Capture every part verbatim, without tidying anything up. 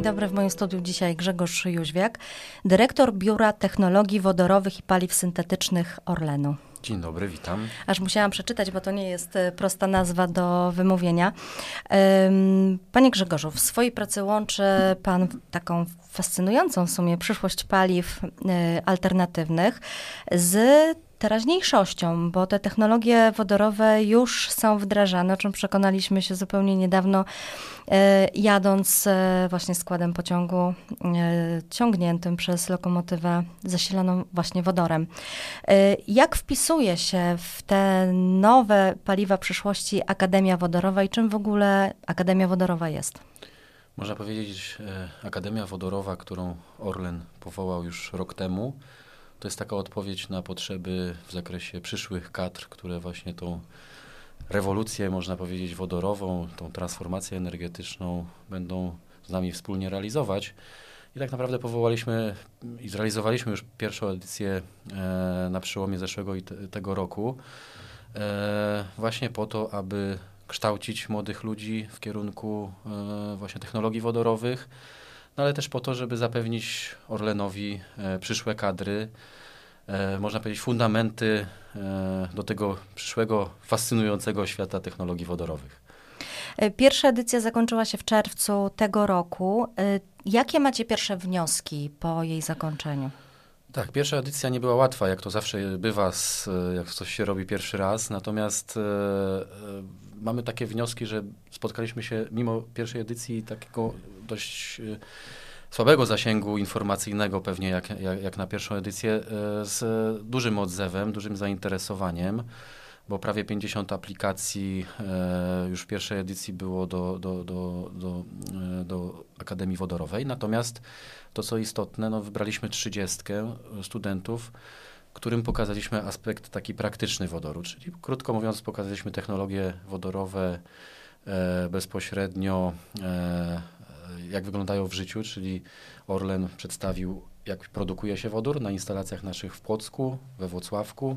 dobry, w moim studiu dzisiaj Grzegorz Jóźwiak, dyrektor Biura Technologii Wodorowych i Paliw Syntetycznych Orlenu. Dzień dobry, witam. Aż musiałam przeczytać, bo to nie jest prosta nazwa do wymówienia. Panie Grzegorzu, w swojej pracy łączy pan taką fascynującą w sumie przyszłość paliw alternatywnych z teraźniejszością, bo te technologie wodorowe już są wdrażane, o czym przekonaliśmy się zupełnie niedawno, jadąc właśnie składem pociągu ciągniętym przez lokomotywę zasilaną właśnie wodorem. Jak wpisuje się w te nowe paliwa przyszłości Akademia Wodorowa i czym w ogóle Akademia Wodorowa jest? Można powiedzieć, Akademia Wodorowa, którą Orlen powołał już rok temu, to jest taka odpowiedź na potrzeby w zakresie przyszłych kadr, które właśnie tą rewolucję, można powiedzieć, wodorową, tą transformację energetyczną będą z nami wspólnie realizować. I tak naprawdę powołaliśmy i zrealizowaliśmy już pierwszą edycję e, na przełomie zeszłego i te, tego roku, e, właśnie po to, aby kształcić młodych ludzi w kierunku e, właśnie technologii wodorowych, no ale też po to, żeby zapewnić Orlenowi e, przyszłe kadry, e, można powiedzieć fundamenty e, do tego przyszłego, fascynującego świata technologii wodorowych. Pierwsza edycja zakończyła się w czerwcu tego roku. Jakie macie pierwsze wnioski po jej zakończeniu? Tak, pierwsza edycja nie była łatwa, jak to zawsze bywa, z, jak coś się robi pierwszy raz. Natomiast e, e, mamy takie wnioski, że spotkaliśmy się mimo pierwszej edycji takiego dość e, słabego zasięgu informacyjnego pewnie jak, jak, jak na pierwszą edycję, e, z dużym odzewem, dużym zainteresowaniem, bo prawie pięćdziesiąt aplikacji e, już w pierwszej edycji było do, do, do, do, e, do Akademii Wodorowej. Natomiast to, co istotne, no, wybraliśmy trzydziestkę studentów, którym pokazaliśmy aspekt taki praktyczny wodoru, czyli krótko mówiąc pokazaliśmy technologie wodorowe e, bezpośrednio, e, jak wyglądają w życiu, czyli Orlen przedstawił, jak produkuje się wodór na instalacjach naszych w Płocku, we Włocławku.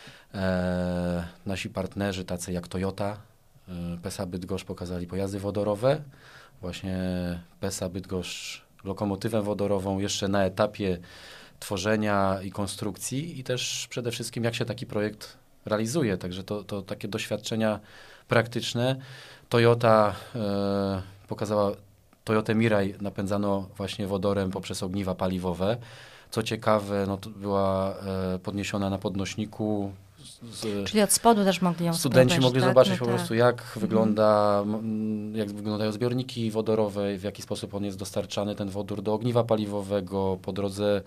E, nasi partnerzy, tacy jak Toyota, e, PESA Bydgoszcz pokazali pojazdy wodorowe. Właśnie PESA Bydgoszcz lokomotywę wodorową jeszcze na etapie tworzenia i konstrukcji i też przede wszystkim jak się taki projekt realizuje. Także to, to takie doświadczenia praktyczne. Toyota e, pokazała, Toyotę Mirai napędzano właśnie wodorem poprzez ogniwa paliwowe. Co ciekawe, no to była e, podniesiona na podnośniku. Z, Czyli od spodu też mogli ją Studenci spróbować, mogli tak? zobaczyć no po tak. prostu, jak mhm. wygląda, jak wyglądają zbiorniki wodorowe, w jaki sposób on jest dostarczany, ten wodór do ogniwa paliwowego. Po drodze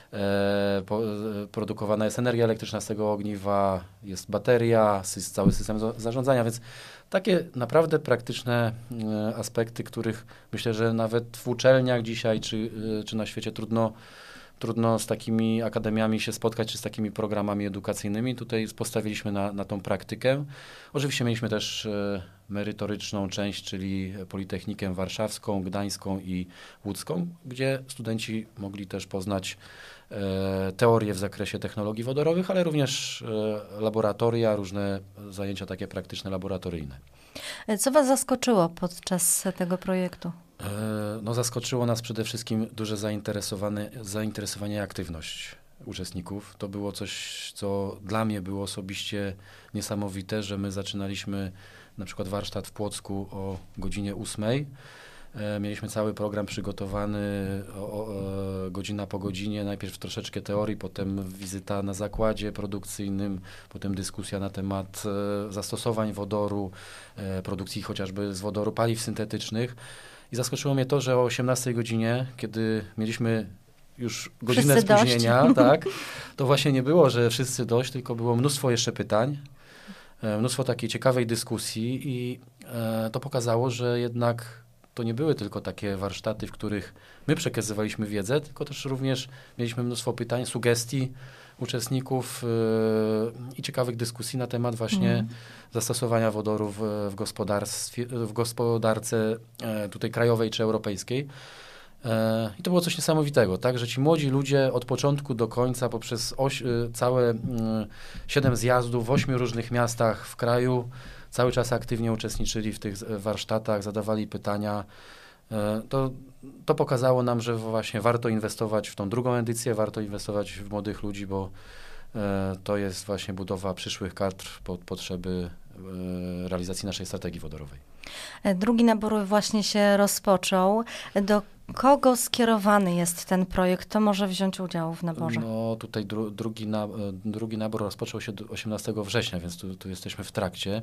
e, po, e, produkowana jest energia elektryczna z tego ogniwa, jest bateria, jest cały system za, zarządzania, więc takie naprawdę praktyczne e, aspekty, których myślę, że nawet w uczelniach dzisiaj, czy, e, czy na świecie trudno Trudno z takimi akademiami się spotkać, czy z takimi programami edukacyjnymi. Tutaj postawiliśmy na, na tą praktykę. Oczywiście mieliśmy też e, merytoryczną część, czyli Politechnikę Warszawską, Gdańską i Łódzką, gdzie studenci mogli też poznać e, teorie w zakresie technologii wodorowych, ale również e, laboratoria, różne zajęcia takie praktyczne, laboratoryjne. Co was zaskoczyło podczas tego projektu? No, zaskoczyło nas przede wszystkim duże zainteresowanie, zainteresowanie i aktywność uczestników. To było coś, co dla mnie było osobiście niesamowite, że my zaczynaliśmy na przykład warsztat w Płocku o godzinie ósmej. Mieliśmy cały program przygotowany o, o, godzina po godzinie, najpierw troszeczkę teorii, potem wizyta na zakładzie produkcyjnym, potem dyskusja na temat zastosowań wodoru, produkcji chociażby z wodoru paliw syntetycznych. I zaskoczyło mnie to, że o osiemnastej godzinie, kiedy mieliśmy już godzinę wszyscy spóźnienia, dość. tak, to właśnie nie było, że wszyscy dość, tylko było mnóstwo jeszcze pytań, mnóstwo takiej ciekawej dyskusji i e, to pokazało, że jednak to nie były tylko takie warsztaty, w których my przekazywaliśmy wiedzę, tylko też również mieliśmy mnóstwo pytań, sugestii uczestników yy, i ciekawych dyskusji na temat właśnie mm. zastosowania wodoru w, w gospodarstwie, w gospodarce e, tutaj krajowej czy europejskiej. E, I to było coś niesamowitego, tak, że ci młodzi ludzie od początku do końca poprzez oś, y, całe y, siedem zjazdów w ośmiu różnych miastach w kraju cały czas aktywnie uczestniczyli w tych warsztatach, zadawali pytania. To, to pokazało nam, że właśnie warto inwestować w tą drugą edycję, warto inwestować w młodych ludzi, bo to jest właśnie budowa przyszłych kadr pod potrzeby realizacji naszej strategii wodorowej. Drugi nabór właśnie się rozpoczął. Do kogo skierowany jest ten projekt? Kto może wziąć udział w naborze? No tutaj dru, drugi, na, drugi nabór rozpoczął się osiemnastego września, więc tu, tu jesteśmy w trakcie.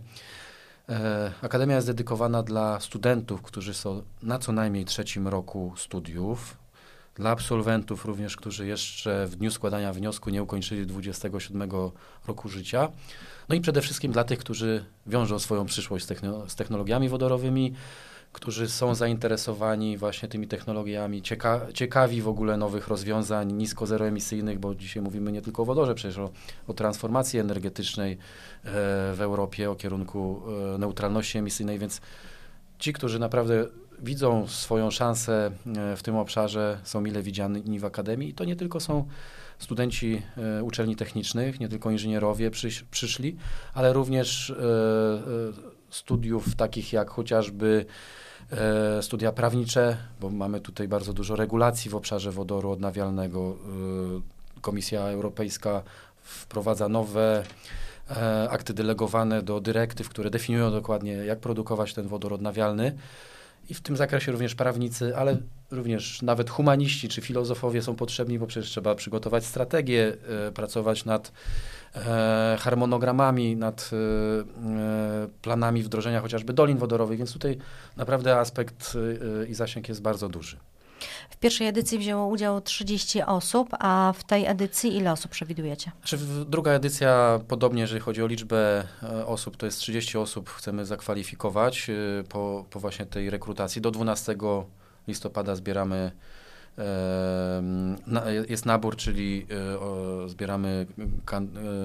E, Akademia jest dedykowana dla studentów, którzy są na co najmniej trzecim roku studiów, dla absolwentów również, którzy jeszcze w dniu składania wniosku nie ukończyli dwudziestego siódmego roku życia. No i przede wszystkim dla tych, którzy wiążą swoją przyszłość z, techno, z technologiami wodorowymi, którzy są zainteresowani właśnie tymi technologiami, cieka ciekawi w ogóle nowych rozwiązań nisko-zeroemisyjnych, bo dzisiaj mówimy nie tylko o wodorze, przecież o, o transformacji energetycznej e, w Europie, o kierunku e, neutralności emisyjnej, więc ci, którzy naprawdę widzą swoją szansę w tym obszarze, są mile widziani w Akademii i to nie tylko są studenci e, uczelni technicznych, nie tylko inżynierowie przysz, przyszli, ale również e, e, studiów takich jak chociażby e, studia prawnicze, bo mamy tutaj bardzo dużo regulacji w obszarze wodoru odnawialnego. E, Komisja Europejska wprowadza nowe e, akty delegowane do dyrektyw, które definiują dokładnie, jak produkować ten wodór odnawialny. I w tym zakresie również prawnicy, ale również nawet humaniści czy filozofowie są potrzebni, bo przecież trzeba przygotować strategię, e, pracować nad e, harmonogramami, nad e, planami wdrożenia chociażby dolin wodorowych, więc tutaj naprawdę aspekt e, i zasięg jest bardzo duży. W pierwszej edycji wzięło udział trzydzieści osób, a w tej edycji ile osób przewidujecie? Znaczy, druga edycja, podobnie jeżeli chodzi o liczbę osób, to jest trzydzieści osób chcemy zakwalifikować po, po właśnie tej rekrutacji. Do dwunastego listopada zbieramy, e, na, jest nabór, czyli e, o, zbieramy kan,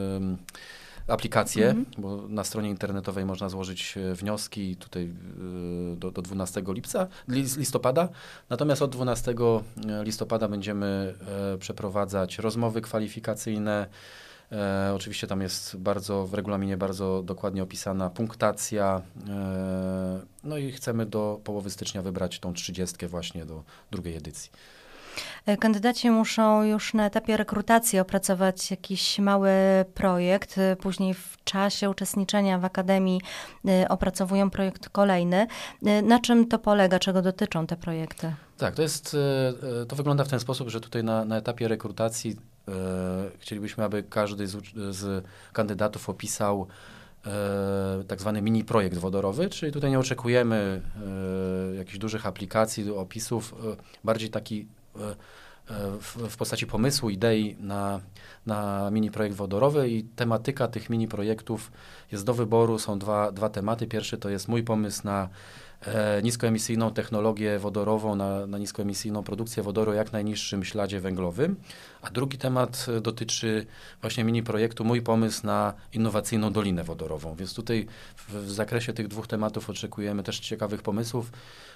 e, aplikacje, mhm. bo na stronie internetowej można złożyć wnioski tutaj do, do dwunastego lipca, listopada. Natomiast od dwunastego listopada będziemy e, przeprowadzać rozmowy kwalifikacyjne. E, oczywiście tam jest bardzo, w regulaminie bardzo dokładnie opisana punktacja. E, no i chcemy do połowy stycznia wybrać tą trzydziestkę właśnie do drugiej edycji. Kandydaci muszą już na etapie rekrutacji opracować jakiś mały projekt, później w czasie uczestniczenia w Akademii opracowują projekt kolejny. Na czym to polega, czego dotyczą te projekty? Tak, to jest, to wygląda w ten sposób, że tutaj na, na etapie rekrutacji e, chcielibyśmy, aby każdy z, z kandydatów opisał E, tak zwany mini projekt wodorowy, czyli tutaj nie oczekujemy e, jakichś dużych aplikacji, opisów, e, bardziej taki e, w, w postaci pomysłu, idei na, na mini projekt wodorowy i tematyka tych mini projektów jest do wyboru, są dwa, dwa tematy. Pierwszy to jest mój pomysł na e, niskoemisyjną technologię wodorową, na, na niskoemisyjną produkcję wodoru jak najniższym śladzie węglowym, a drugi temat dotyczy właśnie mini projektu mój pomysł na innowacyjną dolinę wodorową, więc tutaj w, w zakresie tych dwóch tematów oczekujemy też ciekawych pomysłów.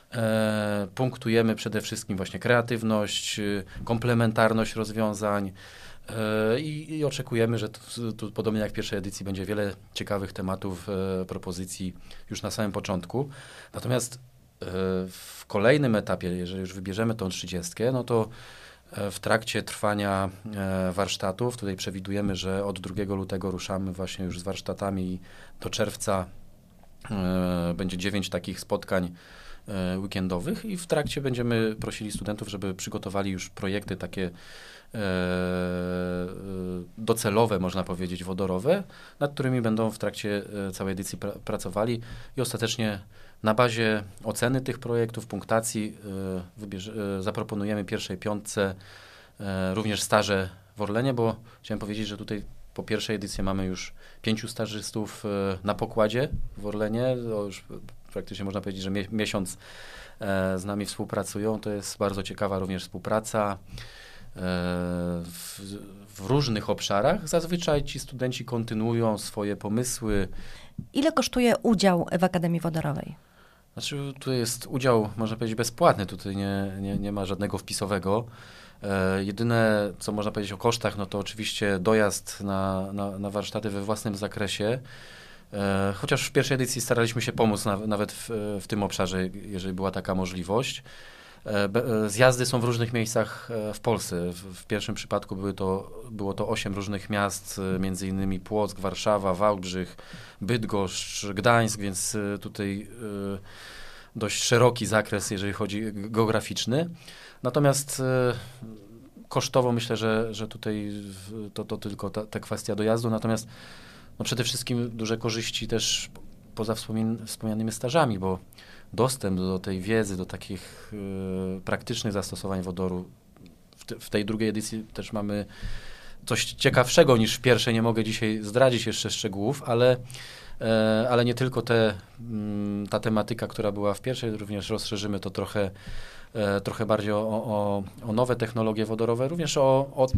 E, punktujemy przede wszystkim właśnie kreatywność, komplementarność rozwiązań e, i, i oczekujemy, że tu, tu podobnie jak w pierwszej edycji będzie wiele ciekawych tematów, e, propozycji już na samym początku. Natomiast e, w kolejnym etapie, jeżeli już wybierzemy tą trzydziestkę, no to e, w trakcie trwania e, warsztatów, tutaj przewidujemy, że od drugiego lutego ruszamy właśnie już z warsztatami i do czerwca e, będzie dziewięć takich spotkań weekendowych i w trakcie będziemy prosili studentów, żeby przygotowali już projekty takie e, docelowe, można powiedzieć, wodorowe, nad którymi będą w trakcie całej edycji pra pracowali i ostatecznie na bazie oceny tych projektów, punktacji e, zaproponujemy pierwszej piątce e, również staże w Orlenie, bo chciałem powiedzieć, że tutaj po pierwszej edycji mamy już pięciu stażystów e, na pokładzie w Orlenie, to już praktycznie można powiedzieć, że mie miesiąc e, z nami współpracują. To jest bardzo ciekawa również współpraca e, w, w różnych obszarach. Zazwyczaj ci studenci kontynuują swoje pomysły. Ile kosztuje udział w Akademii Wodorowej? Znaczy, tu jest udział, można powiedzieć, bezpłatny. Tutaj nie, nie, nie ma żadnego wpisowego. E, jedyne, co można powiedzieć o kosztach, no to oczywiście dojazd na, na, na warsztaty we własnym zakresie. Chociaż w pierwszej edycji staraliśmy się pomóc nawet w, w tym obszarze, jeżeli była taka możliwość. Zjazdy są w różnych miejscach w Polsce. W, w pierwszym przypadku były to, było to osiem różnych miast, między innymi Płock, Warszawa, Wałbrzych, Bydgoszcz, Gdańsk, więc tutaj dość szeroki zakres, jeżeli chodzi geograficzny. Natomiast kosztowo myślę, że, że tutaj to, to tylko ta, ta kwestia dojazdu. Natomiast no przede wszystkim duże korzyści też poza wspomnianymi stażami, bo dostęp do tej wiedzy, do takich y, praktycznych zastosowań wodoru. W, te, w tej drugiej edycji też mamy coś ciekawszego niż w pierwszej. Nie mogę dzisiaj zdradzić jeszcze szczegółów, ale, e, ale nie tylko te, m, ta tematyka, która była w pierwszej, również rozszerzymy to trochę, e, trochę bardziej o, o, o nowe technologie wodorowe, również o, o,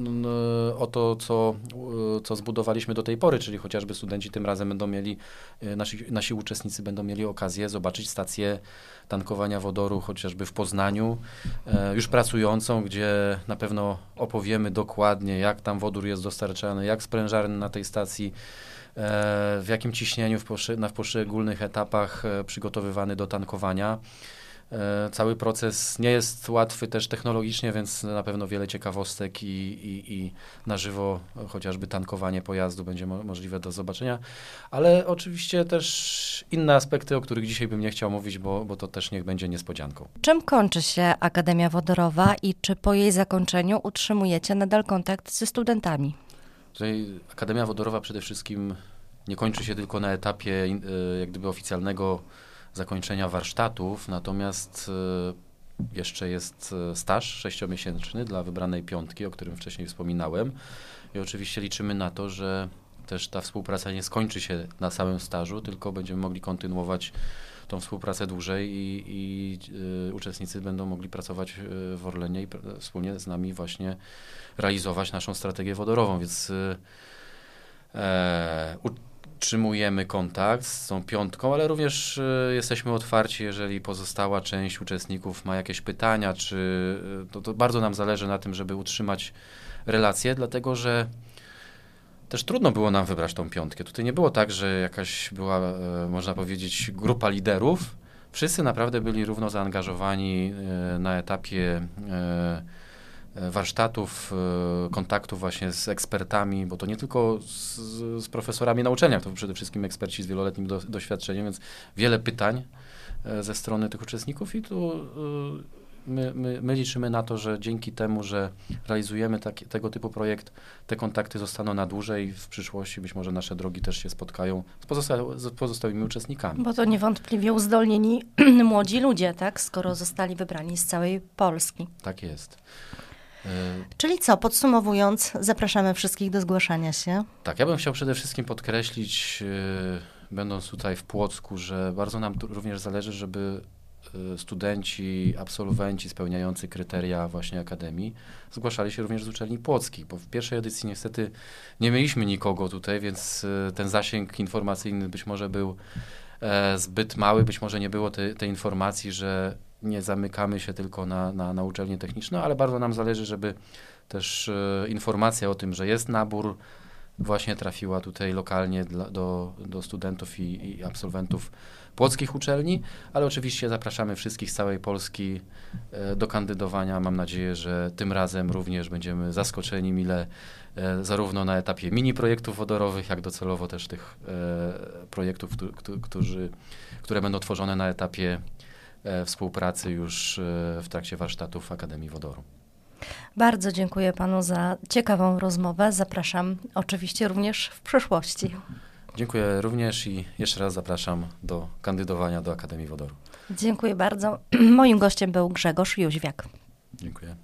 o to, co, co zbudowaliśmy do tej pory, czyli chociażby studenci tym razem będą mieli, nasi, nasi uczestnicy będą mieli okazję zobaczyć stację tankowania wodoru chociażby w Poznaniu, e, już pracującą, gdzie na pewno opowiemy dokładnie, jak tam wodór jest dostarczany, jak sprężarny na tej stacji, e, w jakim ciśnieniu w, poszy, na, w poszczególnych etapach e, przygotowywany do tankowania. E, cały proces nie jest łatwy też technologicznie, więc na pewno wiele ciekawostek i, i, i na żywo chociażby tankowanie pojazdu będzie mo- możliwe do zobaczenia, ale oczywiście też inne aspekty, o których dzisiaj bym nie chciał mówić, bo, bo to też niech będzie niespodzianką. Czym kończy się Akademia Wodorowa i czy po jej zakończeniu utrzymujecie nadal kontakt ze studentami? Tutaj Akademia Wodorowa przede wszystkim nie kończy się tylko na etapie y, jak gdyby oficjalnego zakończenia warsztatów, natomiast y, jeszcze jest staż sześciomiesięczny dla wybranej piątki, o którym wcześniej wspominałem i oczywiście liczymy na to, że też ta współpraca nie skończy się na samym stażu, tylko będziemy mogli kontynuować tą współpracę dłużej i, i y, uczestnicy będą mogli pracować w Orlenie i pr- wspólnie z nami właśnie realizować naszą strategię wodorową, więc y, e, u, utrzymujemy kontakt z tą piątką, ale również y, jesteśmy otwarci, jeżeli pozostała część uczestników ma jakieś pytania, czy y, to, to bardzo nam zależy na tym, żeby utrzymać relacje, dlatego że też trudno było nam wybrać tą piątkę. Tutaj nie było tak, że jakaś była, y, można powiedzieć, grupa liderów. Wszyscy naprawdę byli równo zaangażowani y, na etapie y, warsztatów, kontaktów właśnie z ekspertami, bo to nie tylko z, z profesorami na uczelniach, to przede wszystkim eksperci z wieloletnim do, doświadczeniem, więc wiele pytań ze strony tych uczestników i tu my, my, my liczymy na to, że dzięki temu, że realizujemy taki, tego typu projekt, te kontakty zostaną na dłużej i w przyszłości być może nasze drogi też się spotkają z, pozosta- z pozostałymi uczestnikami. Bo to niewątpliwie uzdolnieni młodzi ludzie, tak? Skoro zostali wybrani z całej Polski. Tak jest. Czyli co, podsumowując, zapraszamy wszystkich do zgłaszania się. Tak, ja bym chciał przede wszystkim podkreślić, yy, będąc tutaj w Płocku, że bardzo nam tu również zależy, żeby yy, studenci, absolwenci spełniający kryteria właśnie Akademii zgłaszali się również z uczelni płockich, bo w pierwszej edycji niestety nie mieliśmy nikogo tutaj, więc yy, ten zasięg informacyjny być może był e, zbyt mały, być może nie było te, tej informacji, że nie zamykamy się tylko na, na, na uczelnię techniczną, ale bardzo nam zależy, żeby też e, informacja o tym, że jest nabór, właśnie trafiła tutaj lokalnie dla, do, do studentów i, i absolwentów płockich uczelni, ale oczywiście zapraszamy wszystkich z całej Polski e, do kandydowania. Mam nadzieję, że tym razem również będziemy zaskoczeni mile, e, zarówno na etapie mini projektów wodorowych, jak docelowo też tych e, projektów, którzy, którzy, które będą tworzone na etapie e, współpracy już e, w trakcie warsztatów Akademii Wodoru. Bardzo dziękuję panu za ciekawą rozmowę. Zapraszam oczywiście również w przyszłości. Dziękuję również i jeszcze raz zapraszam do kandydowania do Akademii Wodoru. Dziękuję bardzo. Moim gościem był Grzegorz Jóźwiak. Dziękuję.